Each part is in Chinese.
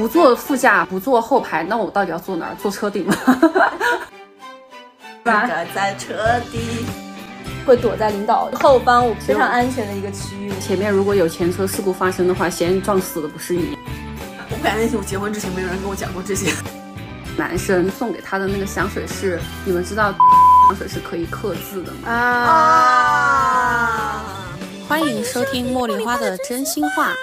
不坐副驾，不坐后排，那我到底要坐哪儿？坐车顶吗？ 应该在车底， 会躲在领导后方非常安全的一个区域。 前面如果有前车事故发生的话，先撞死的不是你。 我不敢相信，我结婚之前没有人跟我讲过这些。 男生送给他的那个香水是，你们知道香水是可以刻字的吗？欢迎收听茉莉花的真心话。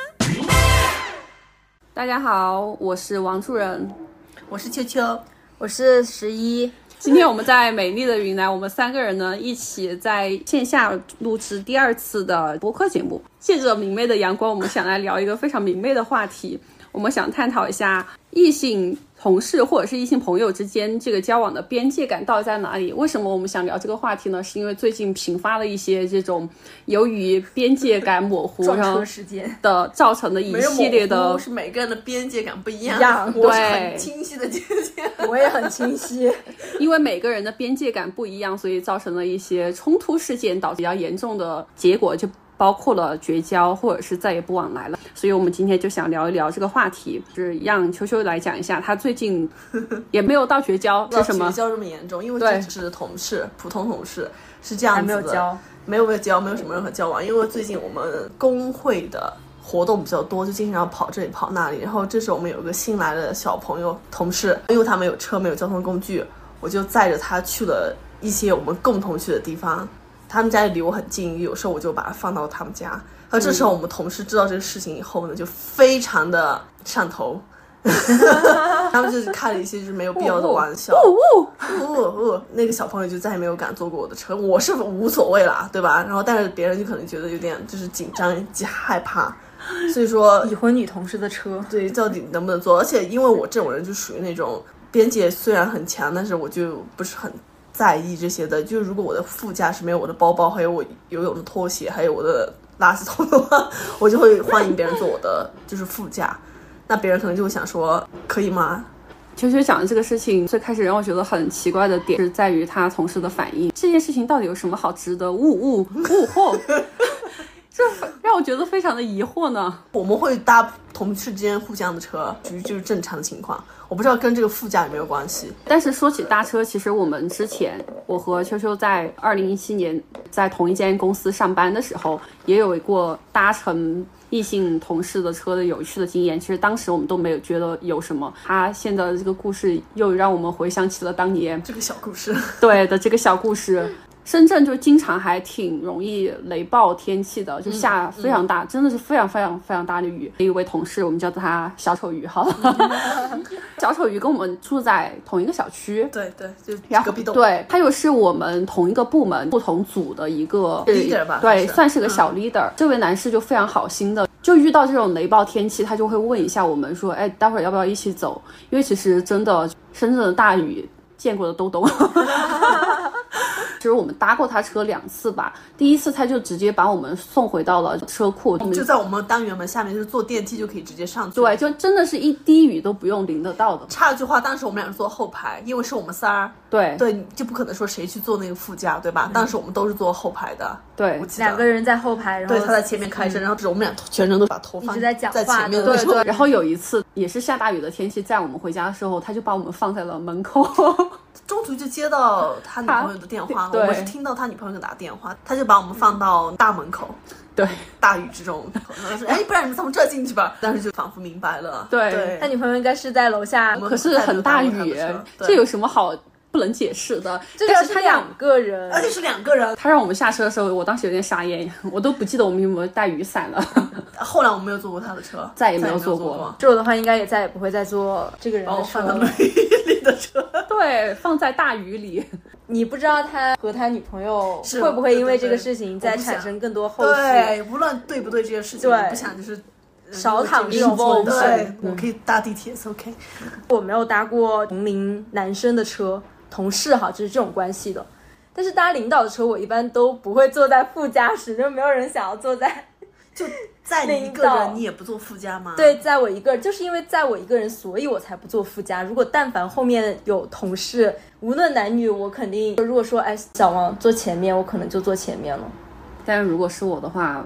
大家好，我是王主任， 我是秋秋， 我是11。 今天我们在美丽的云南，我们3个人呢一起在线下录制第2次的播客节目。借着明媚的阳光，我们想来聊一个非常明媚的话题。我们想探讨一下异性同事或者是异性朋友之间这个交往的边界感到底在哪里？为什么我们想聊这个话题呢？是因为最近频发了一些这种由于边界感模糊撞车事件的造成的一系列的， 是每个人的边界感不一样。我是很清晰的界限， 我也很清晰。 因为每个人的边界感不一样，所以造成了一些冲突事件，导致比较严重的结果，就包括了绝交或者是再也不往来了。所以我们今天就想聊一聊这个话题，就是让秋秋来讲一下他最近也没有到绝交是什么绝交这么严重，因为这只是同事，普通同事是这样子的， 还没有交， 没有什么任何交往。因为最近我们工会的活动比较多，就经常跑这里跑那里。然后这时候我们有一个新来的小朋友同事，因为他没有车，没有交通工具，我就载着他去了一些我们共同去的地方。他们家离我很近，有时候我就把他放到他们家。而这时候我们同事知道这个事情以后呢，就非常的上头。他们就是开了一些就是没有必要的玩笑。那个小朋友就再也没有敢坐过我的车。我是无所谓啦，对吧？然后但是别人就可能觉得有点就是紧张及害怕。所以说已婚女同事的车， 对，到底能不能坐？而且因为我这种人就属于那种边界虽然很强，但是我就不是很在意这些的。就是如果我的副驾是没有我的包包，还有我游泳的拖鞋，还有我的垃圾桶的话，我就会欢迎别人坐我的就是副驾。那别人可能就会想说，可以吗？ 秋秋讲的这个事情，最开始让我觉得很奇怪的点是在于他同事的反应。这件事情到底有什么好值得误会？这让我觉得非常的疑惑呢。 我们会搭同事之间互相的车，就是正常的情况。我不知道跟这个副驾有没有关系。 但是说起搭车，其实我们之前，我和秋秋在2017年在同一间公司上班的时候，也有过搭乘异性同事的车的有趣的经验。其实当时我们都没有觉得有什么。他现在的这个故事又让我们回想起了当年这个小故事， 对的这个小故事。深圳就经常还挺容易雷暴天气的，就下非常大，真的是非常非常非常大的雨。一位同事，我们叫他小丑鱼好了。小丑鱼跟我们住在同一个小区， 对，就隔壁栋。 对，他又是我们同一个部门不同组的一个 leader 吧， 对，算是个小 leader。这位男士就非常好心的，就遇到这种雷暴天气，他就会问一下我们说，哎，待会儿要不要一起走？因为其实真的深圳的大雨见过的都懂。其实我们搭过他车2次吧，第一次他就直接把我们送回到了车库， 就在我们单元门下面，就是坐电梯就可以直接上去。 对，就真的是一滴雨都不用淋得到的。 插一句话，当时我们俩坐后排，因为是我们仨，对，就不可能说谁去坐那个副驾，对吧？当时我们都是坐后排的， 对 ，2个人在后排，然后对他在前面开车，然后我们俩全程都把头放一直在讲话在前面的对对。然后有一次也是下大雨的天气，在我们回家的时候，他就把我们放在了门口。 中途就接到他女朋友的电话了，我们是听到他女朋友给打电话，他就把我们放到大门口， 对， 大雨之中，然后说，哎，不然你们从这进去吧。当时就仿佛明白了，对， 他女朋友应该是在楼下， 可是很大雨，这有什么好不能解释的？ 这个是2个人， 而且是2个人。 他让我们下车的时候，我当时有点傻眼，我都不记得我们有没有带雨伞了。 后来我没有坐过他的车， 再也没有坐过。 是我的话，应该也再也不会再坐这个人的车了。 里的车， 对，放在大雨里。 你不知道他和他女朋友会不会因为这个事情再产生更多后续？ 对，无论对不对这件事情，我不想就是少淌这种风对，我可以搭地铁是 OK。 我没有搭过同龄男生的车，同事哈，就是这种关系的。但是搭领导的车，我一般都不会坐在副驾驶，就没有人想要坐在。 就载你一个人，你也不坐副驾吗？ 对，载我一个人，就是因为载我一个人，所以我才不坐副驾。如果但凡后面有同事，无论男女，我肯定如果说，哎，小王坐前面，我可能就坐前面了。 但是如果是我的话，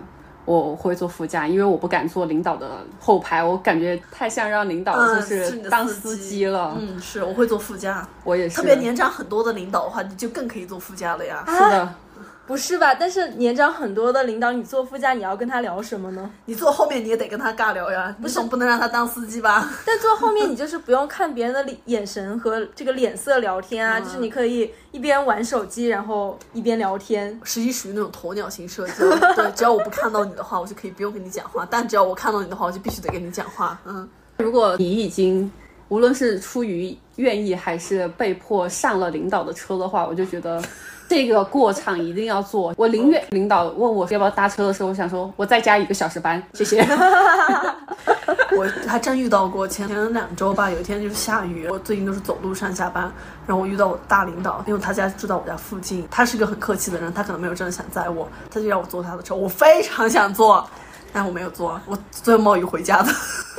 我会坐副驾，因为我不敢坐领导的后排，我感觉太像让领导就是当司机了。 是，我会坐副驾， 我也是。 特别年长很多的领导的话，你就更可以坐副驾了呀。 是的。 不是吧？但是年长很多的领导，你坐副驾，你要跟他聊什么呢？ 你坐后面你也得跟他尬聊呀，你总不能让他当司机吧？ 但坐后面你就是不用看别人的眼神和这个脸色聊天啊，就是你可以一边玩手机，然后一边聊天。 实际属于那种鸵鸟型社交，对，只要我不看到你的话，我就可以不用跟你讲话；但只要我看到你的话，我就必须得跟你讲话。 如果你已经无论是出于愿意还是被迫上了领导的车的话，我就觉得这个过场一定要做。我宁愿领导问我要不要搭车的时候，我想说我再加1个小时班，谢谢。 我还真遇到过，前2周吧，有一天就是下雨，我最近都是走路上下班，然后我遇到我大领导，因为他家住在我家附近，他是个很客气的人，他可能没有真的想载我，他就让我坐他的车，我非常想坐，但我没有坐，我最后冒雨回家的。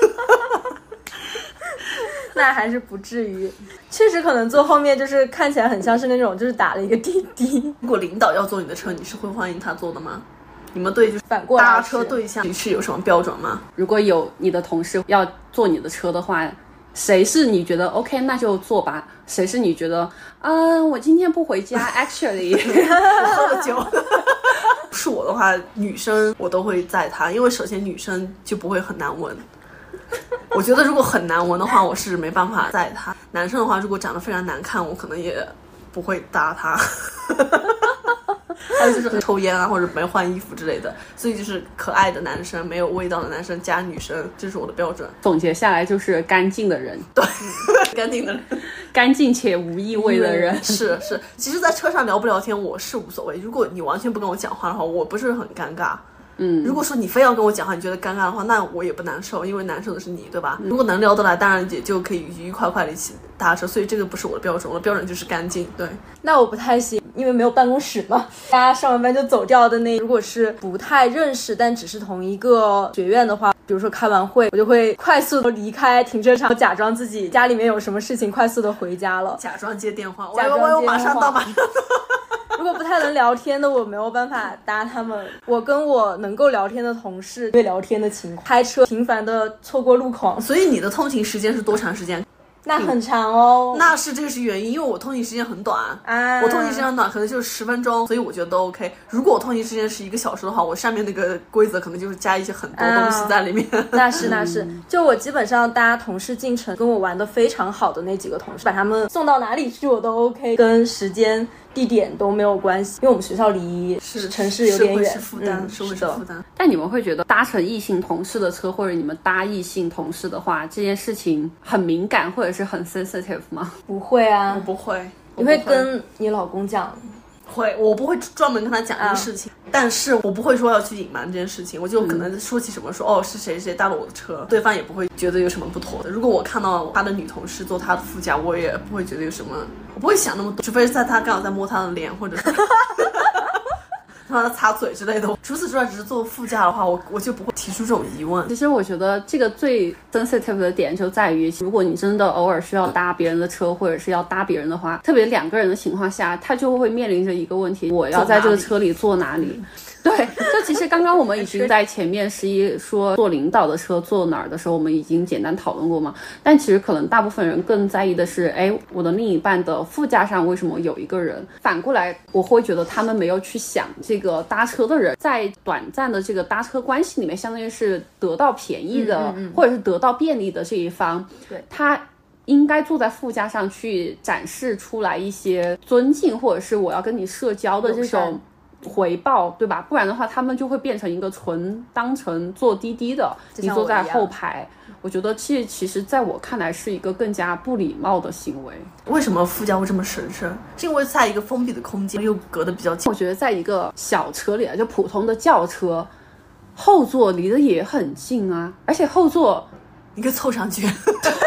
那还是不至于，确实可能坐后面就是看起来很像是那种就是打了一个滴滴。 如果领导要坐你的车，你是会欢迎他坐的吗？你们对就是反过来搭车对象是有什么标准吗？ 如果有你的同事要坐你的车的话，谁是你觉得 OK 那就坐吧，谁是你觉得我今天不回家actually 我喝了酒。是我的话，女生我都会载她，因为首先女生就不会很难闻。我觉得如果很难闻的话，我是没办法载他。男生的话，如果长得非常难看，我可能也不会搭他。还有就是抽烟啊，或者没换衣服之类的。所以就是可爱的男生，没有味道的男生加女生，这是我的标准。 总结下来就是干净的人。 对，干净的人， 干净且无异味的人。 是。其实在车上聊不聊天我是无所谓，如果你完全不跟我讲话的话，我不是很尴尬。如果说你非要跟我讲话，你觉得尴尬的话，那我也不难受，因为难受的是你，对吧？如果能聊得来，当然也就可以愉愉快快的一起搭车，所以这个不是我的标准，我的标准就是干净。对， 那我不太行，因为没有办公室嘛，大家上完班就走掉的那，如果是不太认识，但只是同一个学院的话，比如说开完会，我就会快速的离开停车场，假装自己家里面有什么事情，快速的回家了， 假装接电话， 我马上到。 如果不太能聊天的，我没有办法搭他们。我跟我能够聊天的同事，对聊天的情况，开车频繁的错过路口。 所以你的通勤时间是多长时间？ 那很长哦。 那是这个是原因，因为我通勤时间很短啊，我通勤时间很短，可能就是10分钟，所以我觉得都 OK。如果我通勤时间是1个小时的话，我上面那个规则可能就是加一些很多东西在里面。 那是，就我基本上搭同事进城，跟我玩的非常好的那几个同事，把他们送到哪里去我都 OK， 跟时间地点都没有关系，因为我们学校离城市有点远， 是负担，是负担。 但你们会觉得搭乘异性同事的车，或者你们搭异性同事的话，这件事情很敏感或者是很 sensitive 吗？ 不会啊， 我不会。 你会跟你老公讲？ 会，我不会专门跟他讲这个事情，但是我不会说要去隐瞒这件事情，我就可能说起什么说是谁谁搭了我的车，对方也不会觉得有什么不妥的。如果我看到他的女同事坐他的副驾，我也不会觉得有什么，我不会想那么多，除非是在他刚好在摸他的脸，或者是让他擦嘴之类的。除此之外，只是坐副驾的话，我就不会提出这种疑问。 其实我觉得这个最 sensitive 的点就在于，如果你真的偶尔需要搭别人的车，或者是要搭别人的话，特别2个人的情况下，他就会面临着一个问题：我要在这个车里坐哪里？对，就其实刚刚我们已经在前面11说坐领导的车坐哪儿的时候，我们已经简单讨论过嘛。但其实可能大部分人更在意的是，我的另一半的副驾上为什么有一个人？反过来，我会觉得他们没有去想这个搭车的人在短暂的这个搭车关系里面，相当于是得到便宜的，或者是得到便利的这一方， 对他应该坐在副驾上去展示出来一些尊敬，或者是我要跟你社交的这种回报，对吧？不然的话他们就会变成一个当成坐滴滴的，你坐在后排。我觉得其实在我看来是一个更加不礼貌的行为。 为什么副驾会这么神圣？是因为在一个封闭的空间又隔得比较近。 我觉得在一个小车里就普通的轿车，后座离得也很近啊，而且后座你可以凑上去。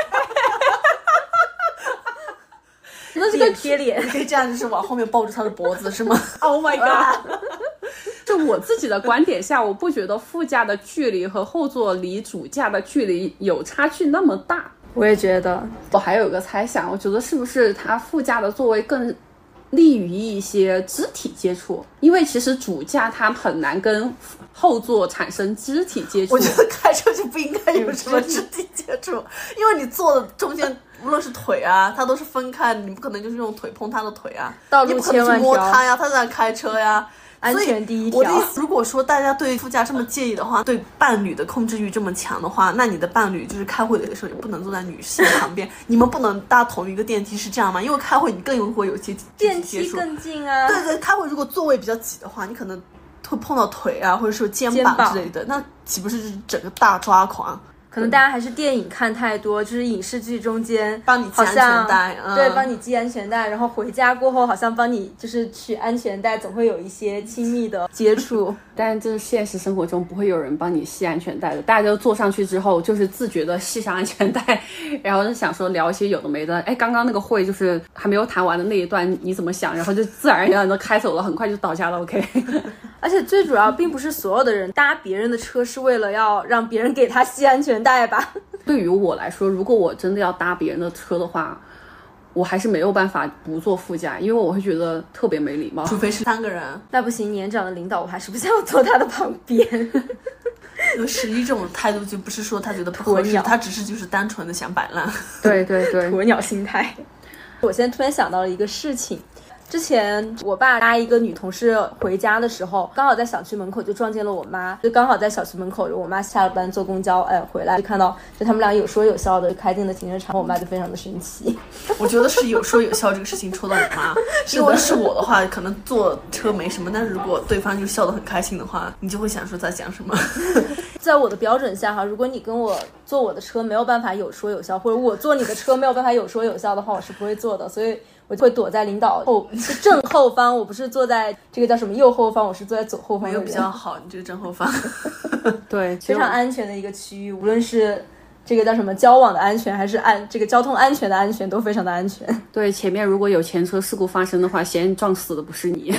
那这个贴脸， 你可以这样，就是往后面抱住他的脖子，是吗 ？Oh my god！ 就我自己的观点下，我不觉得副驾的距离和后座离主驾的距离有差距那么大。 我也觉得。 我还有一个猜想，我觉得是不是他副驾的座位更利于一些肢体接触，因为其实主驾他很难跟后座产生肢体接触。 我觉得开车就不应该有什么肢体接触，因为你坐的中间无论是腿啊，它都是分开的，你不可能就是用腿碰他的腿啊， 道路千万条， 你不可能去摸他呀，他在那开车呀。 安全第一条。 我的意思，如果说大家对副驾这么介意的话，对伴侣的控制欲这么强的话，那你的伴侣就是开会的时候也不能坐在女性旁边，你们不能搭同一个电梯，是这样吗？因为开会你更容易会有些电梯更近啊。 对对，开会如果座位比较挤的话，你可能会碰到腿啊，或者说肩膀之类的，那岂不是整个大抓狂？ 可能大家还是电影看太多，就是影视剧中间帮你系安全带， 对，帮你系安全带，然后回家过后好像帮你就是取安全带，总会有一些亲密的接触。 但这是现实生活中不会有人帮你系安全带的，大家都坐上去之后就是自觉的系上安全带，然后就想说聊一些有的没的。哎，刚刚那个会就是还没有谈完的那一段你怎么想，然后就自然而然的开走了，很快就到家了。OK。 而且最主要并不是所有的人搭别人的车是为了要让别人给他系安全带吧。 对于我来说，如果我真的要搭别人的车的话，我还是没有办法不坐副驾，因为我会觉得特别没礼貌。 除非是3个人。 那不行，年长的领导我还是不想坐他的旁边。 因为11这种态度就不是说他觉得不合适，他只是就是单纯的想摆烂。 对对对， 鸵鸟心态。我现在突然想到了一个事情，之前我爸搭一个女同事回家的时候，刚好在小区门口就撞见了我妈，就刚好在小区门口，我妈下了班坐公交，回来就看到就他们俩有说有笑的开进了停车场，我妈就非常的生气。 我觉得是有说有笑这个事情戳到你妈，因为是我的话，可能坐车没什么，但是如果对方就笑得很开心的话，你就会想说在讲什么。 在我的标准下哈，如果你跟我坐我的车没有办法有说有笑，或者我坐你的车没有办法有说有笑的话，我是不会坐的，所以我会躲在领导正后方，我不是坐在这个叫什么右后方，我是坐在左后方。 没有比较好，你这个正后方。 对， 非常安全的一个区域，无论是这个叫什么交往的安全，还是这个交通安全的安全，都非常的安全。 对，前面如果有前车事故发生的话，先撞死的不是你。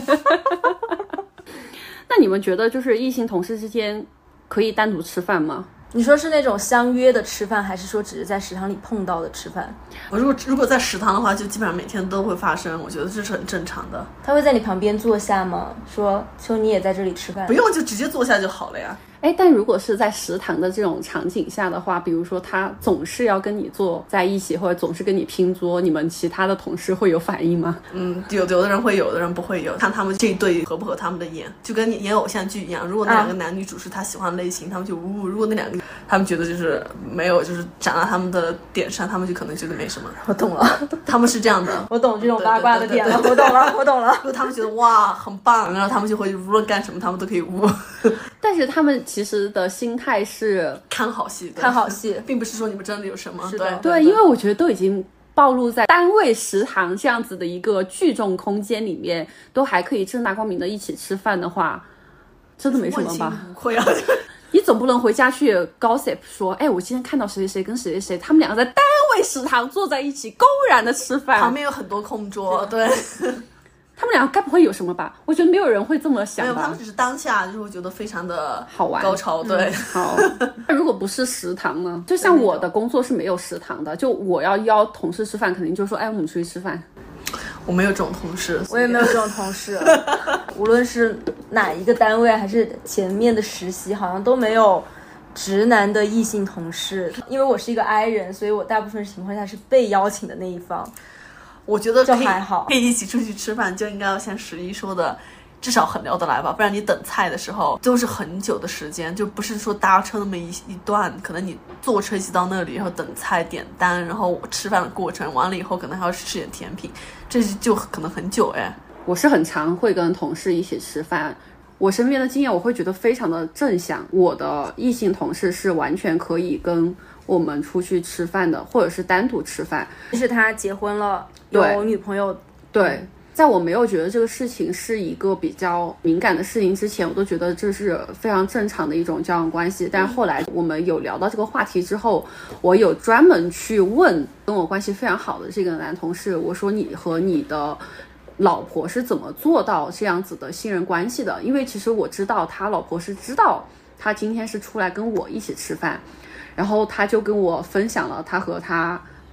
那你们觉得就是异性同事之间可以单独吃饭吗？ 你说是那种相约的吃饭，还是说只是在食堂里碰到的吃饭？ 我如果在食堂的话，就基本上每天都会发生，我觉得这是很正常的。 他会在你旁边坐下吗？说秋你也在这里吃饭？ 不用，就直接坐下就好了呀。 哎，但如果是在食堂的这种场景下的话，比如说他总是要跟你坐在一起，或者总是跟你拼桌，你们其他的同事会有反应吗？ 有的人会，有的人不会有，看他们这一对合不合他们的眼，就跟你演偶像剧一样。如果那2个男女主是他喜欢的类型，他们就如果那2个他们觉得就是没有，就是长到他们的点上，他们就可能觉得没什么。 我懂了， 他们是这样的。 我懂这种八卦的点了，我懂了，我懂了。 如果他们觉得哇很棒，然后他们就会无论干什么，他们都可以污。 但是他们其实的心态是看好戏，并不是说你们真的有什么。 对，因为我觉得都已经暴露在单位食堂这样子的一个聚众空间里面，都还可以正大光明的一起吃饭的话，真的没什么吧？ 不会啊。 你总不能回家去 gossip 说，哎，我今天看到谁谁谁跟谁谁谁，他们2个在单位食堂坐在一起公然的吃饭， 旁边有很多空桌，对。 他们2个该不会有什么吧？我觉得没有人会这么想吧。 没有，他们只是当下就会觉得非常的好玩高潮。对， 好。那如果不是食堂呢？就像我的工作是没有食堂的，就我要邀同事吃饭，肯定就说，哎，我们出去吃饭。 我没有这种同事， 我也没有这种同事。无论是哪一个单位还是前面的实习，好像都没有直男的异性同事。因为我是一个 I 人，所以我大部分情况下是被邀请的那一方。 我觉得就还好， 可以一起出去吃饭，就应该要像11说的，至少很聊得来吧，不然你等菜的时候都是很久的时间，就不是说搭车那么一段，可能你坐车一起到那里，然后等菜点单，然后吃饭的过程完了以后，可能还要吃点甜品，这就可能很久哎。 我是很常会跟同事一起吃饭，我身边的经验我会觉得非常的正向，我的异性同事是完全可以跟我们出去吃饭的，或者是单独吃饭。 即使他结婚了，有女朋友。 对，在我没有觉得这个事情是一个比较敏感的事情之前，我都觉得这是非常正常的一种交往关系。但是后来我们有聊到这个话题之后，我有专门去问跟我关系非常好的这个男同事，我说你和你的老婆是怎么做到这样子的信任关系的？因为其实我知道他老婆是知道他今天是出来跟我一起吃饭，然后他就跟我分享了他和他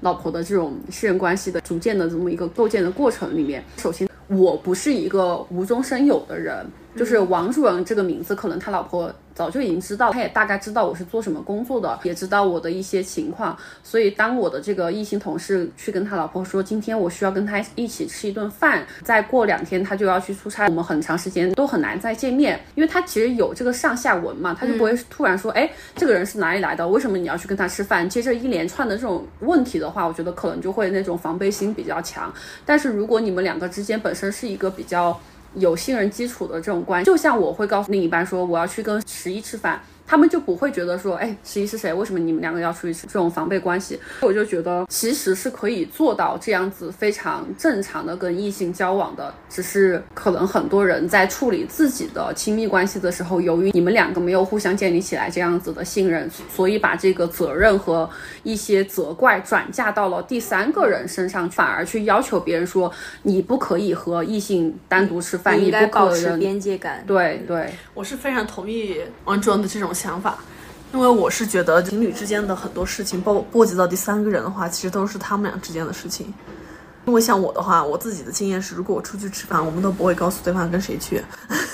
老婆的这种私人关系的逐渐的这么一个构建的过程里面，首先我不是一个无中生有的人，就是王主任这个名字可能他老婆早就已经知道，他也大概知道我是做什么工作的，也知道我的一些情况，所以当我的这个异性同事去跟他老婆说今天我需要跟他一起吃一顿饭，再过2天他就要去出差，我们很长时间都很难再见面，因为他其实有这个上下文嘛，他就不会突然说这个人是哪里来的，为什么你要去跟他吃饭，接着一连串的这种问题的话，我觉得可能就会那种防备心比较强。但是如果你们两个之间本身是一个比较有信任基础的这种关系，就像我会告诉另一半说我要去跟11吃饭，他们就不会觉得说11是谁，为什么你们两个要出去吃，这种防备关系。我就觉得其实是可以做到这样子非常正常的跟异性交往的，只是可能很多人在处理自己的亲密关系的时候，由于你们两个没有互相建立起来这样子的信任，所以把这个责任和一些责怪转嫁到了第三个人身上，反而去要求别人说你不可以和异性单独吃饭， 你应该不可保持边界感。 对对， 我是非常同意王主任的这种想法，因为我是觉得情侣之间的很多事情波及到第三个人的话，其实都是他们俩之间的事情。因为像我的话，我自己的经验是，如果我出去吃饭，我们都不会告诉对方跟谁去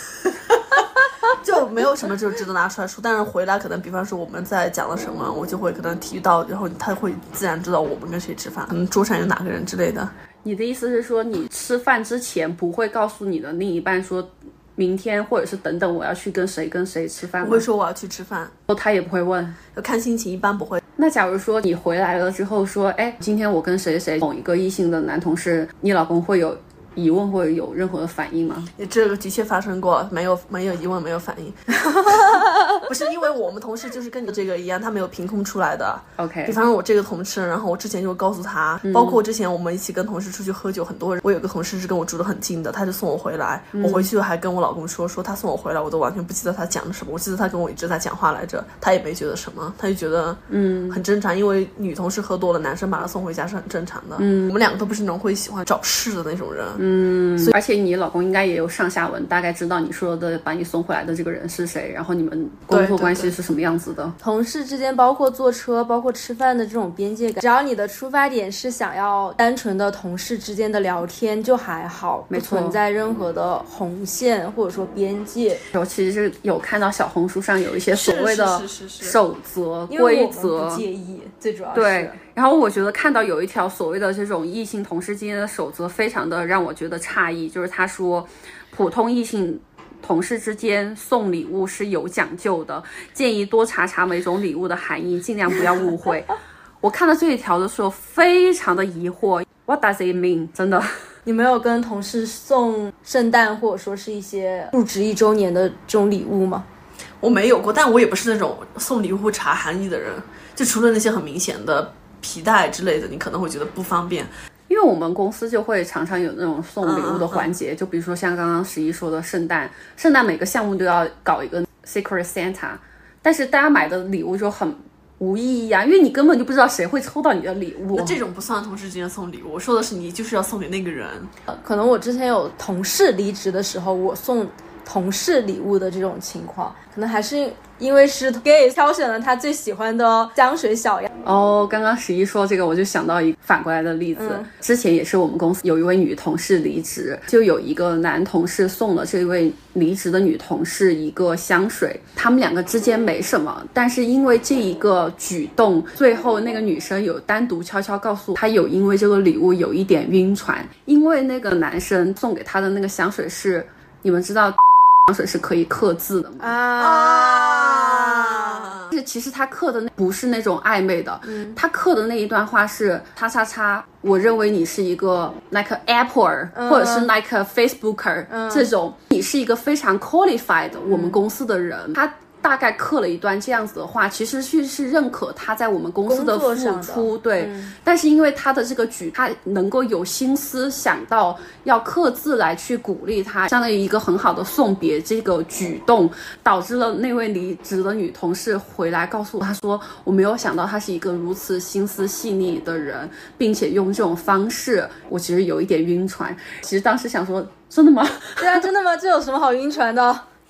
就没有什么就值得拿出来说，但是回来可能比方说我们在讲了什么，我就会可能提到，然后他会自然知道我们跟谁吃饭，可能桌上有哪个人之类的。 你的意思是说你吃饭之前不会告诉你的另一半说明天或者是等等我要去跟谁吃饭吗？ 我会说我要去吃饭， 他也不会问， 要看心情，一般不会。 那假如说你回来了之后说今天我跟谁某一个异性的男同事，你老公会有疑问或者有任何的反应吗？ 这个的确发生过，没有疑问，没有反应不是因为我们同事就是跟你这个一样，他没有凭空出来的。 OK， 比方说我这个同事，然后我之前就告诉他，包括之前我们一起跟同事出去喝酒，很多人，我有个同事是跟我住得很近的，他就送我回来，我回去还跟我老公说他送我回来，我都完全不记得他讲了什么，我记得他跟我一直在讲话来着，他也没觉得什么，他就觉得很正常，因为女同事喝多了，男生把她送回家是很正常的。我们两个都不是那种会喜欢找事的那种人。 而且你老公应该也有上下文，大概知道你说的把你送回来的这个人是谁，然后你们工作关系是什么样子的。 同事之间包括坐车包括吃饭的这种边界感，只要你的出发点是想要单纯的同事之间的聊天就还好，不存在任何的红线或者说边界。 我其实是有看到小红书上有一些所谓的守则规则， 因为我们不介意，最主要是对。然后我觉得看到有一条所谓的这种异性同事之间的守则非常的让我觉得诧异，就是他说普通异性同事之间送礼物是有讲究的，建议多查查每种礼物的含义，尽量不要误会。我看到这一条的时候非常的疑惑， What does it mean？ 真的， 你没有跟同事送圣诞或者说是一些入职1周年的这种礼物吗？ 我没有过，但我也不是那种送礼物查含义的人，就除了那些很明显的皮带之类的，你可能会觉得不方便。 因为我们公司就会常常有那种送礼物的环节，就比如说像刚刚11说的圣诞每个项目都要搞一个 Secret Santa， 但是大家买的礼物就很无意义啊，因为你根本就不知道谁会抽到你的礼物。 那这种不算同事之间送礼物，我说的是你就是要送给那个人。 可能我之前有同事离职的时候，我送同事礼物的这种情况，可能还是因为是 gay 挑选了他最喜欢的香水小样。 刚刚11说这个，我就想到一个反过来的例子，之前也是我们公司有一位女同事离职，就有一个男同事送了这位离职的女同事一个香水，他们两个之间没什么，但是因为这一个举动，最后那个女生有单独悄悄告诉她，有因为这个礼物有一点晕船，因为那个男生送给她的那个香水是，你们知道香水是可以刻字的吗？其实他刻的不是那种暧昧的，他刻的那一段话是叉叉叉，我认为你是一个 like Apple、或者是 like Facebooker、这种，你是一个非常 qualified 我们公司的人，他大概刻了一段这样子的话，其实是认可他在我们公司的付出，对、但是因为他的这个他能够有心思想到要刻字来去鼓励他，相当于一个很好的送别，这个举动导致了那位离职的女同事回来告诉他说，我没有想到他是一个如此心思细腻的人，并且用这种方式，我其实有一点晕船。其实当时想说，真的吗？ 对啊，真的吗？这有什么好晕船的？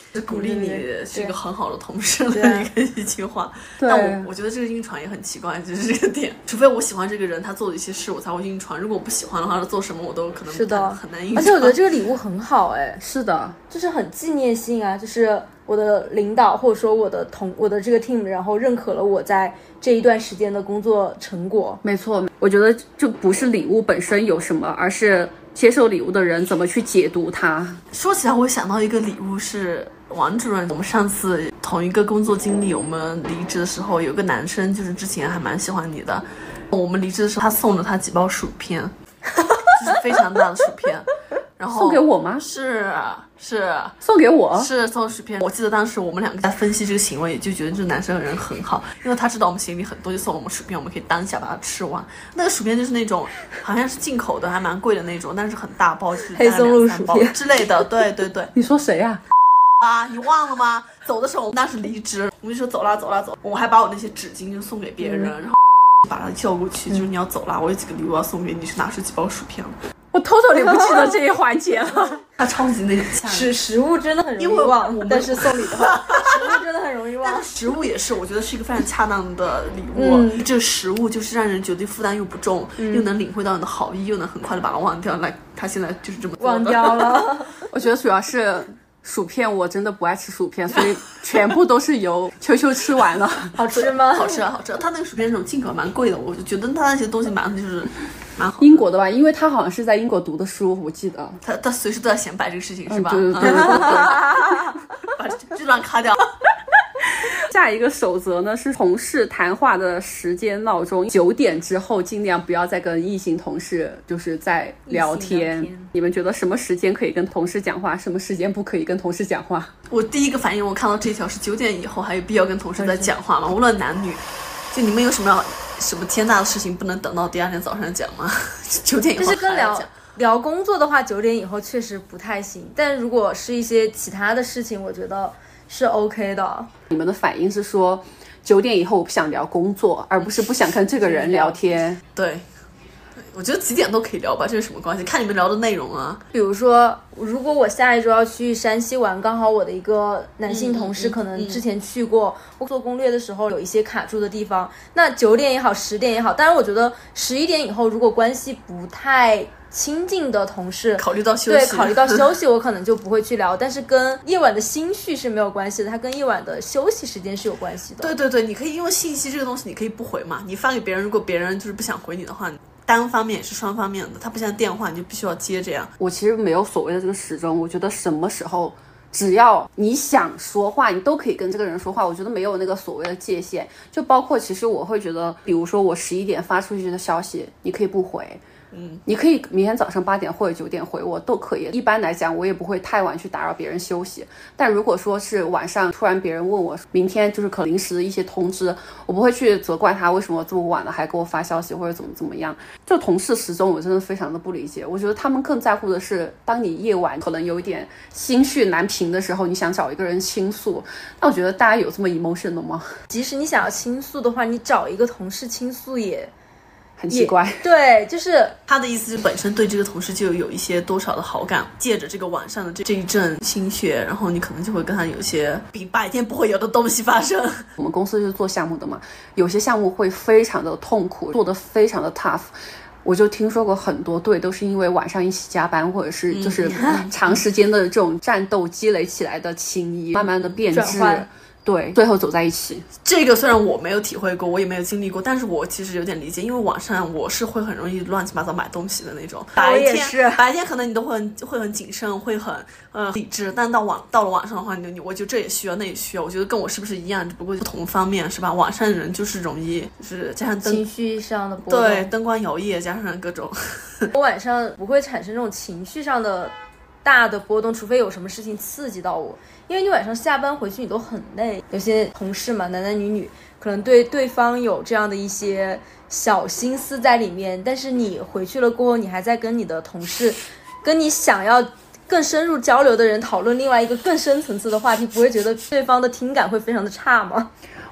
是鼓励你是一个很好的同事的一句话。 对， 但我觉得这个晕船也很奇怪，就是这个点，除非我喜欢这个人他做的一些事我才会晕船，如果我不喜欢的话他做什么我都可能是的很难晕船。 而且我觉得这个礼物很好是的， 就是很纪念性啊，就是我的领导或者说我的这个 team 然后认可了我在这一段时间的工作成果。 没错，我觉得就不是礼物本身有什么，而是接受礼物的人怎么去解读它。 说起来我想到一个礼物是王主任，我们上次同一个工作经历，我们离职的时候有个男生就是之前还蛮喜欢你的，我们离职的时候他送了他几包薯片就是非常大的薯片，然后送给我吗？ 是送给我， 是送薯片。我记得当时我们两个在分析这个行为，也就觉得这个男生人很好，因为他知道我们行李很多，就送我们薯片，我们可以当下把它吃完。那个薯片就是那种好像是进口的，还蛮贵的那种，但是很大包，就是黑松露薯片之类的。对对对， 你说谁呀？ 你忘了吗？走的时候我们当时离职，我们就说走啦，我还把我那些纸巾就送给别人，然后把他叫过去，就是你要走啦，我有几个礼物要送给你，去拿出几包薯片了。 我偷偷不记得这一环节了。 他超级那个食物真的很容易忘，但是送礼的话，食物真的很容易忘。 但是食物也是，我觉得是一个非常恰当的礼物。这个食物就是让人觉得负担又不重，又能领会到你的好意，又能很快的把它忘掉。来，他现在就是这么做的忘掉了。 我觉得主要是薯片，我真的不爱吃薯片，所以全部都是由秋秋吃完了。 好吃吗？ 好吃。他那个薯片这种进口蛮贵的，我就觉得他那些东西蛮好。 英国的吧，因为他好像是在英国读的书，我记得。 他随时都在显摆这个事情，是吧？ 对。 把这段卡掉。 下一个守则呢是同事谈话的时间闹钟9点之后尽量不要再跟异性同事就是在聊天。你们觉得什么时间可以跟同事讲话，什么时间不可以跟同事讲话？ 我第一个反应我看到这条是9点以后还有必要跟同事在讲话吗？无论男女，就你们有什么天大的事情不能等到第二天早上讲吗？9点以后就是跟聊工作的话9点以后确实不太行，但如果是一些其他的事情我觉得是 OK 的。 你们的反应是说9点以后我不想聊工作，而不是不想跟这个人聊天。 对，我觉得几点都可以聊吧，这有什么关系？看你们聊的内容啊。 比如说如果我下一周要去山西玩，刚好我的一个男性同事可能之前去过，我做攻略的时候有一些卡住的地方，那9点也好10点也好，当然我觉得11点以后如果关系不太亲近的同事， 考虑到休息我可能就不会去聊，但是跟夜晚的心绪是没有关系的，它跟夜晚的休息时间是有关系的。 对，你可以因为信息这个东西你可以不回嘛，你发给别人，如果别人就是不想回你的话，单方面也是双方面的，它不像电话你就必须要接这样。 我其实没有所谓的这个时钟，我觉得什么时候只要你想说话你都可以跟这个人说话，我觉得没有那个所谓的界限。就包括其实我会觉得比如说我11点发出去的消息你可以不回，你可以明天早上8点或者9点回我都可以。一般来讲我也不会太晚去打扰别人休息，但如果说是晚上突然别人问我明天就是可能临时的一些通知，我不会去责怪他为什么这么晚了还给我发消息或者怎么样。就同事时钟我真的非常的不理解，我觉得他们更在乎的是当你夜晚可能有一点心绪难平的时候，你想找一个人倾诉，那我觉得大家有这么 emotional 吗？ 即使你想要倾诉的话，你找一个同事倾诉也很奇怪。 对，就是他的意思是本身对这个同事就有一些多少的好感，借着这个晚上的这一阵心血，然后你可能就会跟他有一些比白天不会有的东西发生。 我们公司是做项目的嘛，有些项目会非常的痛苦，做得非常的 tough。我就听说过很多队都是因为晚上一起加班，或者是就是长时间的这种战斗积累起来的情谊，慢慢的变质，对，最后走在一起。 这个虽然我没有体会过，我也没有经历过，但是我其实有点理解，因为晚上我是会很容易乱七八糟买东西的那种。 白天可能你都会很谨慎，会很理智，但到了晚上的话，我觉得这也需要那也需要，我觉得跟我是不是一样，只不过不同方面是吧？晚上人就是容易就是加上情绪上的波动， 对，灯光摇曳加上各种。 我晚上不会产生这种情绪上的大的波动，除非有什么事情刺激到我。因为你晚上下班回去你都很累，有些同事嘛，男男女女可能对对方有这样的一些小心思在里面，但是你回去了过后，你还在跟你的同事，跟你想要更深入交流的人讨论另外一个更深层次的话题，不会觉得对方的听感会非常的差吗？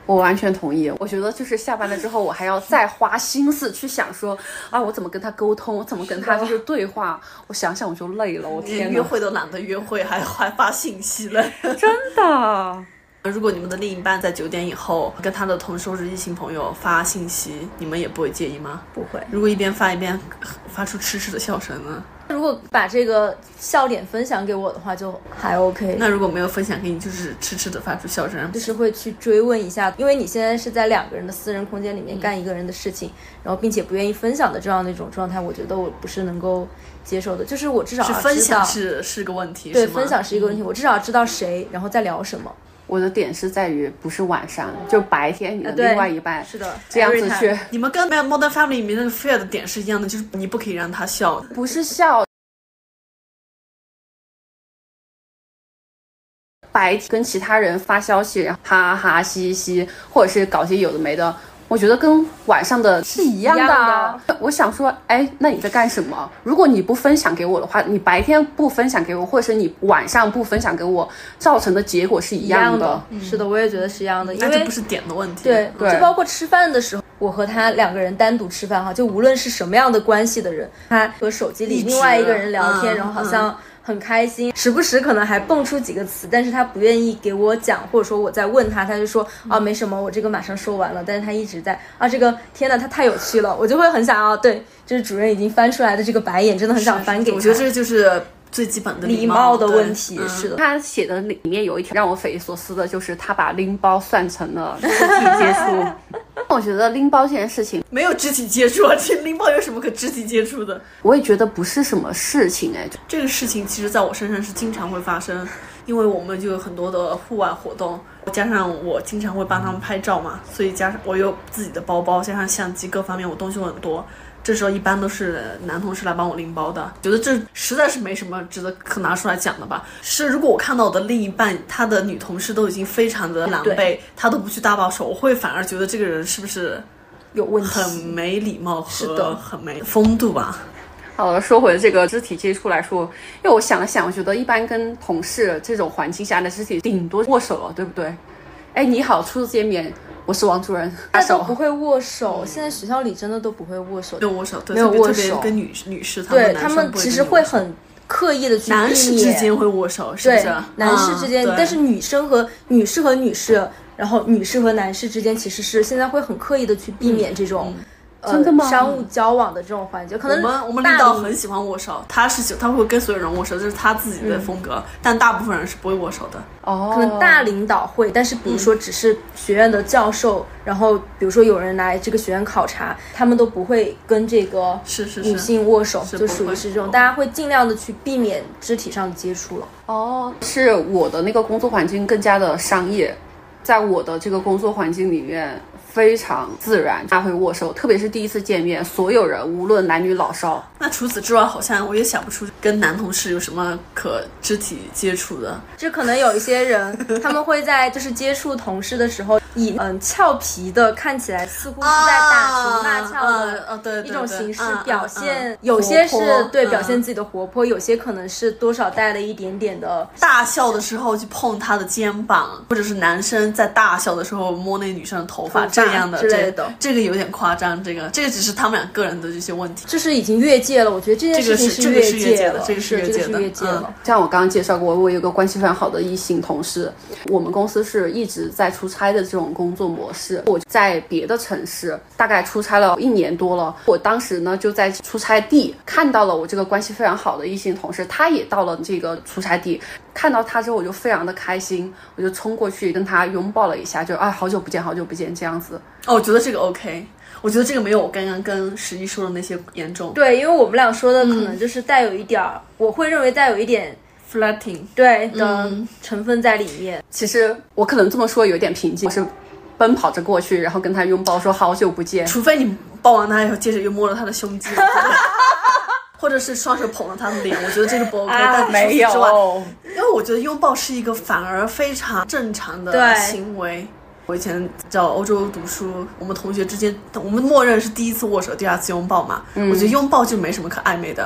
我完全同意。我觉得就是下班了之后，我还要再花心思去想说啊，我怎么跟他沟通，我怎么跟他就是对话。我想想我就累了，我天哪！ 约会都懒得约会，还发信息了， 真的。 如果你们的另一半在9点以后跟他的同事或者异性朋友发信息，你们也不会介意吗？ 不会。 如果一边发一边发出痴痴的笑声呢？ 如果把这个笑点分享给我的话，就还 OK。 那如果没有分享给你，就是痴痴的发出笑声， 就是会去追问一下，因为你现在是在2个人的私人空间里面干一个人的事情，然后并且不愿意分享的这样的一种状态，我觉得我不是能够接受的。就是我至少要知道， 分享是个问题， 对，分享是一个问题，我至少要知道谁，然后在聊什么。 我的点是在于不是晚上，就白天你的另外一半是的这样子去。 你们跟 Modern Family 里面那个 Fair 的点是一样的，就是你不可以让他笑， 不是笑。白天跟其他人发消息，然后哈哈嘻嘻，或者是搞些有的没的，我觉得跟晚上的是一样的。我想说，哎，那你在干什么？如果你不分享给我的话，你白天不分享给我，或者是你晚上不分享给我，造成的结果是一样的。 是的，我也觉得是一样的，因为那就不是点的问题。 对，就包括吃饭的时候，我和他2个人单独吃饭哈，就无论是什么样的关系的人，他和手机里另外一个人聊天，然后好像很开心，时不时可能还蹦出几个词，但是他不愿意给我讲，或者说我在问他，他就说啊没什么，我这个马上说完了，但是他一直在啊这个天哪，他太有趣了，我就会很想要对，就是主任已经翻出来的这个白眼，真的很想翻给他。 我觉得这就是最基本的礼貌的问题。是的， 他写的里面有一条让我匪夷所思的，就是他把拎包算成了肢体接触。我觉得拎包这件事情没有肢体接触啊，这拎包有什么可肢体接触的？ 我也觉得不是什么事情哎。 这个事情其实在我身上是经常会发生，因为我们就有很多的户外活动，加上我经常会帮他们拍照嘛，所以加上我有自己的包包，加上相机各方面我东西很多。这时候一般都是男同事来帮我拎包的，觉得这实在是没什么值得可拿出来讲的吧。是如果我看到我的另一半，他的女同事都已经非常的狼狈，他都不去搭把手，我会反而觉得这个人是不是有问题， 很没礼貌和很没风度吧。 好了，说回这个肢体接触来说，因为我想了想，我觉得一般跟同事这种环境下的肢体顶多握手了，对不对？哎，你好，初次见面，我是王主任， 大家都不会握手，现在学校里真的都不会握手， 没有握手，对， 没有握手， 特别跟女士， 对他们其实会很刻意的去避免， 男士之间会握手，是不是？ 对，男士之间，但是女士和女士，然后女士和男士之间，其实是现在会很刻意的去避免这种。 真的吗？ 商务交往的这种环节，可能我们领导很喜欢握手，他会跟所有人握手，这是他自己的风格，但大部分人是不会握手的。 可能大领导会，但是比如说只是学院的教授，然后比如说有人来这个学院考察，他们都不会跟这个女性握手，就属于是这种，大家会尽量的去避免肢体上的接触了。 是我的那个工作环境更加的商业，在我的这个工作环境里面非常自然，他会握手，特别是第一次见面，所有人无论男女老少。 那除此之外，好像我也想不出跟男同事有什么可肢体接触的。 就可能有一些人，他们会在就是接触同事的时候，以俏皮的，看起来似乎是在打情骂俏的一种形式表现。有些是对表现自己的活泼，有些可能是多少带了一点点的大笑的时候去碰他的肩膀，或者是男生在大笑的时候摸那女生的头发这样的之类的， 这个有点夸张。这个只是他们俩个人的这些问题， 这是已经越界了。我觉得这件事情是越界了， 这个是越界了。 像我刚刚介绍过，我有一个关系非常好的异性同事，我们公司是一直在出差的这种工作模式。我在别的城市大概出差了1年多了，我当时呢就在出差地看到了我这个关系非常好的异性同事，他也到了这个出差地，看到他之后我就非常的开心，我就冲过去跟他拥抱了一下，就好久不见这样子。 我觉得这个 OK， 我觉得这个没有我刚刚跟11说的那些严重。 对，因为我们俩说的可能就是带有一点我会认为带有一点 flirting 对的成分在里面。 其实我可能这么说有点平静，我是奔跑着过去，然后跟他拥抱说好久不见。 除非你抱完他以后，接着又摸了他的胸肌，或者是双手捧了他的脸，我觉得这个不 OK。但没有， 因为我觉得拥抱是一个反而非常正常的行为。我以前在欧洲读书，我们同学之间，我们默认是第一次握手，第二次拥抱嘛。我觉得拥抱就没什么可暧昧的。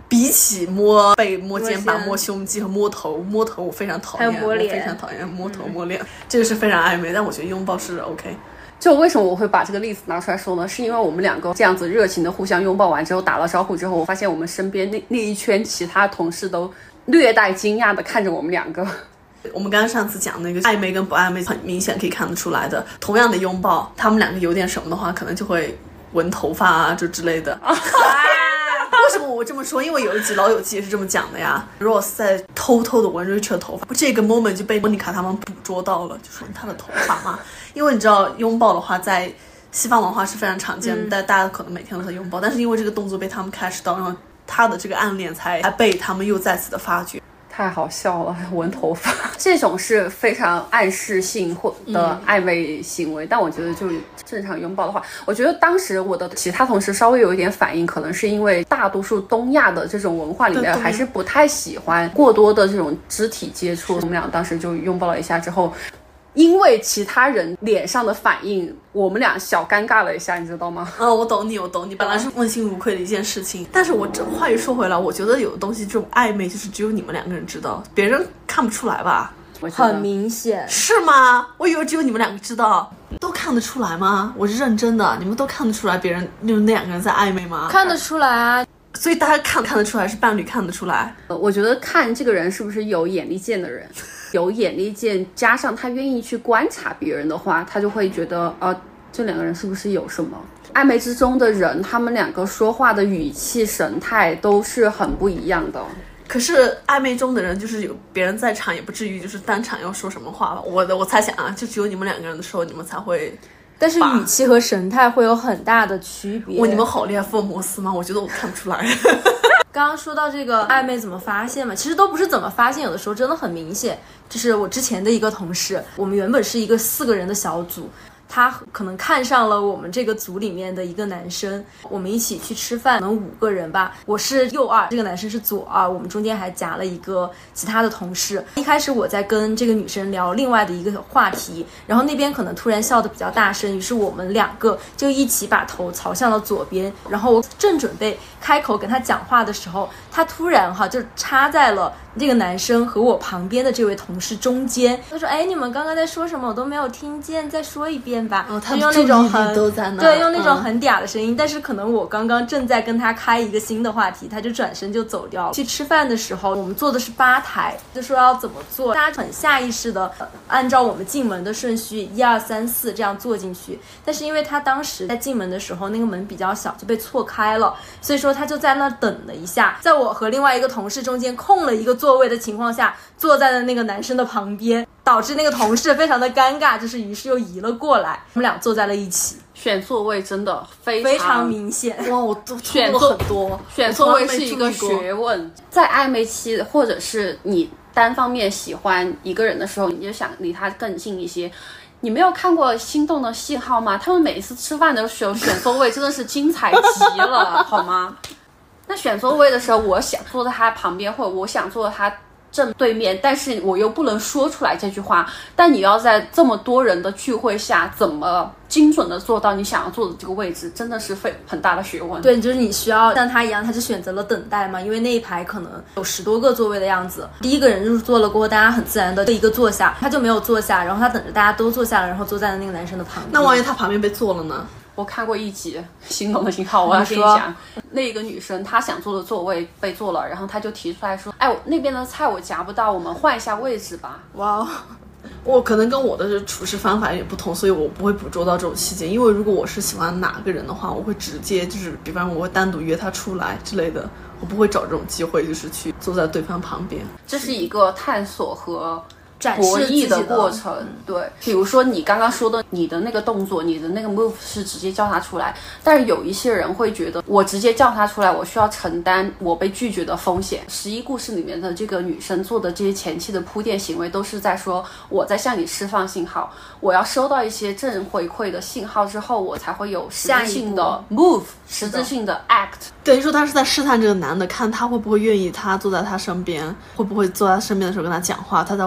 比起摸背、摸肩膀、 摸肩摸胸肌和摸头我非常讨厌， 还有摸脸我非常讨厌摸头摸脸，这个是非常暧昧，但我觉得拥抱是 OK。 就为什么我会把这个例子拿出来说呢？是因为我们两个这样子热情的互相拥抱完之后，打了招呼之后，我发现我们身边那一圈其他同事都略带惊讶的看着我们两个。 我们刚刚上次讲那个暧昧跟不暧昧，很明显可以看得出来的。同样的拥抱，他们两个有点什么的话，可能就会闻头发啊，就之类的。为什么我这么说？因为有一集《老友记》也是这么讲的呀。Ross 在偷偷的闻 Rachel 的头发，这个 moment 就被莫妮卡他们捕捉到了，就闻她的头发嘛。因为你知道，拥抱的话，在西方文化是非常常见的，但大家可能每天都在拥抱。但是因为这个动作被他们 catch 到，然后他的这个暗恋才被他们又再次的发掘。 太好笑了，闻头发这种是非常暗示性或的暧昧行为，但我觉得就正常拥抱的话，我觉得当时我的其他同事稍微有一点反应，可能是因为大多数东亚的这种文化里面还是不太喜欢过多的这种肢体接触。我们俩当时就拥抱了一下之后，因为其他人脸上的反应，我们俩小尴尬了一下，你知道吗？ 我懂你，本来是问心无愧的一件事情，但是我这话又说回来，我觉得有的东西这种暧昧就是只有你们两个人知道，别人看不出来吧？ 很明显。 是吗？我以为只有你们两个知道。都看得出来吗？我是认真的，你们都看得出来别人那两个人在暧昧吗？ 看得出来啊。 所以大家看得出来，是伴侣看得出来。 我觉得看这个人是不是有眼力见的人，有眼力见加上他愿意去观察别人的话，他就会觉得这两个人是不是有什么。暧昧之中的人，他们两个说话的语气神态都是很不一样的。 可是暧昧中的人，就是有别人在场，也不至于就是当场要说什么话吧。我猜想啊，就只有你们两个人的时候，你们才会。 但是语气和神态会有很大的区别。 你们好厉害，福尔摩斯吗？我觉得我看不出来。 刚刚说到这个暧昧怎么发现嘛，其实都不是怎么发现，有的时候真的很明显。就是我之前的一个同事，我们原本是一个4个人的小组，他可能看上了我们这个组里面的一个男生，我们一起去吃饭，可能5个人吧，我是右2，这个男生是左2，我们中间还夹了一个其他的同事。一开始我在跟这个女生聊另外的一个话题，然后那边可能突然笑得比较大声，于是我们2个就一起把头朝向了左边，然后我正准备开口跟他讲话的时候，他突然就插在了这个男生和我旁边的这位同事中间。他说你们刚刚在说什么我都没有听见，再说一遍吧。 他用那种用那种很嗲的声音，但是可能我刚刚正在跟他开一个新的话题，他就转身就走掉了。去吃饭的时候，我们坐的是吧台，就说要怎么做，大家很下意识的按照我们进门的顺序1、2、3、4这样坐进去，但是因为他当时在进门的时候那个门比较小，就被错开了，所以说他就在那等了一下，在我和另外一个同事中间空了一个座位的情况下，坐在了那个男生的旁边，导致那个同事非常的尴尬，就是于是又移了过来，我们俩坐在了一起。 选座位真的非常明显。 哇，我都选错很多， 选座位是一个学问。在暧昧期，或者是你单方面喜欢一个人的时候，你就想离他更近一些。你没有看过《心动的信号》吗？他们每一次吃饭的时候选座位真的是精彩极了，好吗？那选座位的时候，我想坐在他旁边，或者我想坐在他正对面，但是我又不能说出来这句话。但你要在这么多人的聚会下，怎么精准的做到你想要坐的这个位置，真的是很大的学问。 对，就是你需要像他一样，他就选择了等待嘛，因为那一排可能有10多个座位的样子。第一个人入座了过后，大家很自然的一个坐下，他就没有坐下，然后他等着大家都坐下了，然后坐在了那个男生的旁边。 那万一他旁边被坐了呢？ 我看过一集《心动的信号》，我要跟你讲，那个女生她想坐的座位被坐了，然后她就提出来说：“我那边的菜我夹不到，我们换一下位置吧。” 哇，我可能跟我的处事方法有点不同，所以我不会捕捉到这种细节。因为如果我是喜欢哪个人的话，我会直接就是比方我会单独约他出来之类的，我不会找这种机会就是去坐在对方旁边。 这是一个探索和展博弈示的过程。对，比如说你刚刚说的你的那个动作，你的那个 move 是直接叫他出来，但是有一些人会觉得我直接叫他出来，我需要承担我被拒绝的风险。11故事里面的这个女生做的这些前期的铺垫行为，都是在说我在向你释放信号，我要收到一些正回馈的信号之后，我才会有实质性的 move， 实质性的 act。 等于说他是在试探这个男的，看他会不会愿意他坐在他身边，会不会坐在他身边的时候跟他讲话，他才会决定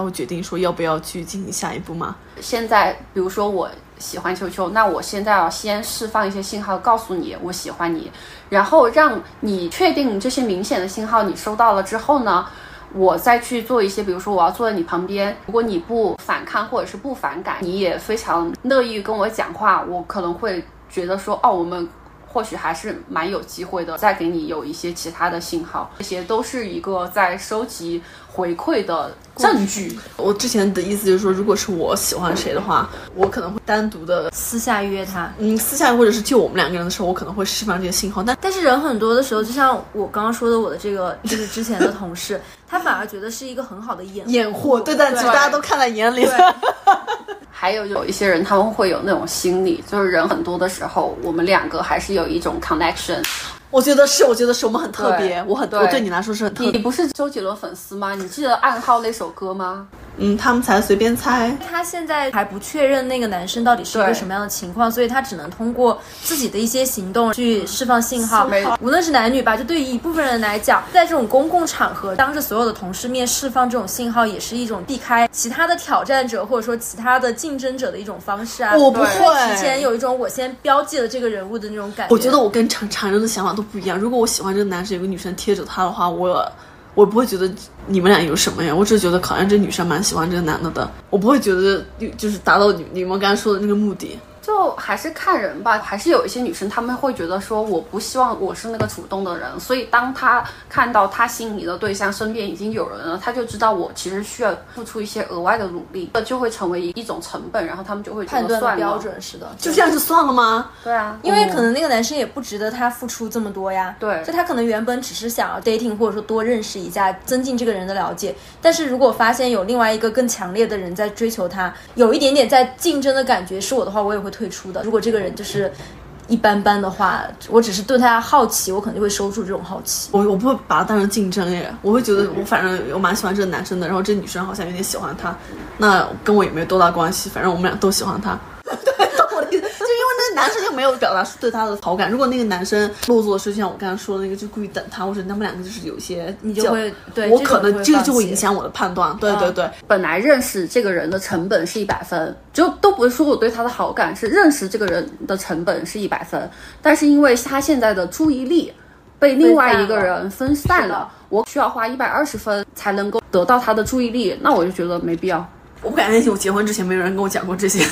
说要不要去进行下一步吗？ 现在比如说我喜欢秋秋，那我现在要先释放一些信号告诉你我喜欢你，然后让你确定这些明显的信号你收到了之后呢，我再去做一些，比如说我要坐在你旁边，如果你不反抗或者是不反感，你也非常乐意跟我讲话，我可能会觉得说我们或许还是蛮有机会的，再给你有一些其他的信号，这些都是一个在收集回馈的证据。 我之前的意思就是说，如果是我喜欢谁的话，我可能会单独的私下约他， 私下或者是就我们两个人的时候，我可能会释放这些信号。 但是人很多的时候，就像我刚刚说的，我的这个就是之前的同事，他反而觉得是一个很好的掩护， 对，但其实大家都看在眼里。 还有一些人他们会有那种心理，就是人很多的时候，我们两个还是有一种 connection。 我觉得是我们很特别，我对你来说是很特别。 你不是周杰伦粉丝吗？你记得《暗号》那首歌吗？ 他们才随便猜。 他现在还不确认那个男生到底是一个什么样的情况，所以他只能通过自己的一些行动去释放信号。无论是男女吧，就对于一部分人来讲，在这种公共场合当着所有的同事面释放这种信号，也是一种避开其他的挑战者或者说其他的竞争者的一种方式啊。 我不会提前有一种我先标记了这个人物的那种感觉。 我觉得我跟常人的想法都不一样。如果我喜欢这个男生，有个女生贴着他的话，我不会觉得你们俩有什么呀，我只是觉得好像这女生蛮喜欢这个男的，我不会觉得就是达到你们刚才说的那个目的。 就还是看人吧，还是有一些女生她们会觉得说我不希望我是那个主动的人，所以当她看到她心仪的对象身边已经有人了，她就知道我其实需要付出一些额外的努力，这就会成为一种成本，然后他们就会判断的标准。是的， 就这样就算了吗？ 对啊， 因为可能那个男生也不值得他付出这么多呀。 对， 就他可能原本只是想要 dating 或者说多认识一下，增进这个人的了解，但是如果发现有另外一个更强烈的人在追求他，有一点点在竞争的感觉，是我的话我也会退出的。如果这个人就是一般般的话，我只是对他好奇，我可能就会收住这种好奇。 我不会把他当成竞争耶，我会觉得我反正我蛮喜欢这个男生的，然后这女生好像有点喜欢他，那跟我也没有多大关系，反正我们俩都喜欢他。对，懂我的意思，就因为那个男生就没有表达出对他的好感。如果那个男生落作的是像我刚才说的那个，就故意等他，或者他们两个就是有一些， 你就会对我可能这个就会影响我的判断。对对对， 本来认识这个人的成本是100分，就都不是说我对他的好感，是认识这个人的成本是100分，但是因为他现在的注意力被另外一个人分散了，我需要花120分才能够得到他的注意力，那我就觉得没必要。 我不敢相信我结婚之前没有人跟我讲过这些。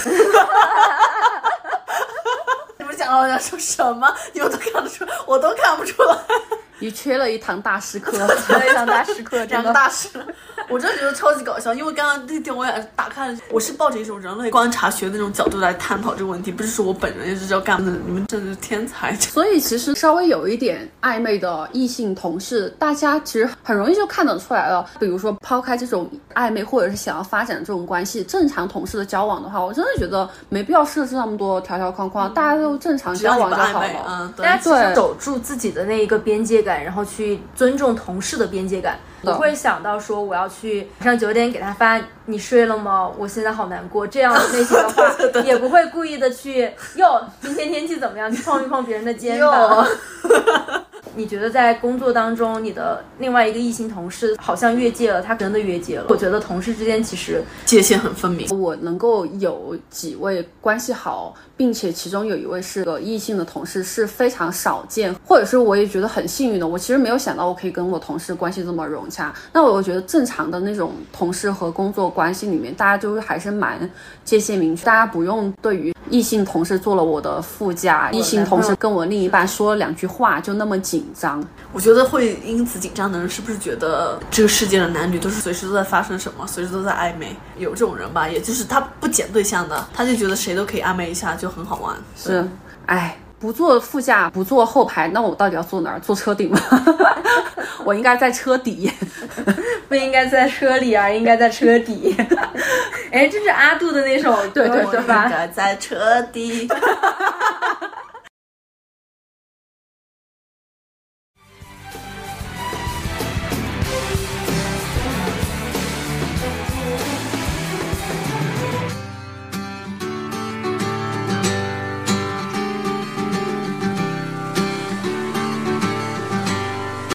你们讲到我想说什么，你们都看得出，我都看不出来。 你缺了一堂大师课， 缺了一堂大师课， 两个大师。我真的觉得超级搞笑，因为刚刚那天我也打开了，我是抱着一种人类观察学的那种角度来探讨这个问题，不是说我本人也是要干的，你们真的是天才。 所以其实稍微有一点暧昧的异性同事，大家其实很容易就看得出来了。比如说抛开这种暧昧或者是想要发展这种关系，正常同事的交往的话，我真的觉得没必要设置那么多条条框框，大家都正常交往就好了。 大家其实守住自己的那一个边界感，然后去尊重同事的边界感。不会想到说我要去晚上9点给他发你睡了吗？我现在好难过这样的类型的话，也不会故意的去今天天气怎么样，去碰一碰别人的肩膀。你觉得在工作当中，你的另外一个异性同事好像越界了，他真的越界了？我觉得同事之间其实界限很分明。 我能够有几位关系好，并且其中有一位是个异性的同事是非常少见，或者是我也觉得很幸运的。我其实没有想到我可以跟我同事关系这么融洽。那我觉得正常的那种同事和工作关系里面，大家就还是蛮界限明确，大家不用对于异性同事做了我的副驾，异性同事跟我另一半说了2句话就那么紧张。 我觉得会因此紧张的人，是不是觉得这个世界的男女都是随时都在发生什么，随时都在暧昧？有这种人吧，也就是他不捡对象的，他就觉得谁都可以暧昧一下，就很好玩。 是，哎，不坐副驾，不坐后排，那我到底要坐哪儿？坐车顶吗？我应该在车底， 不应该在车里啊，应该在车底。哎，这是阿杜的那首歌， 对吧？ 应该在车底。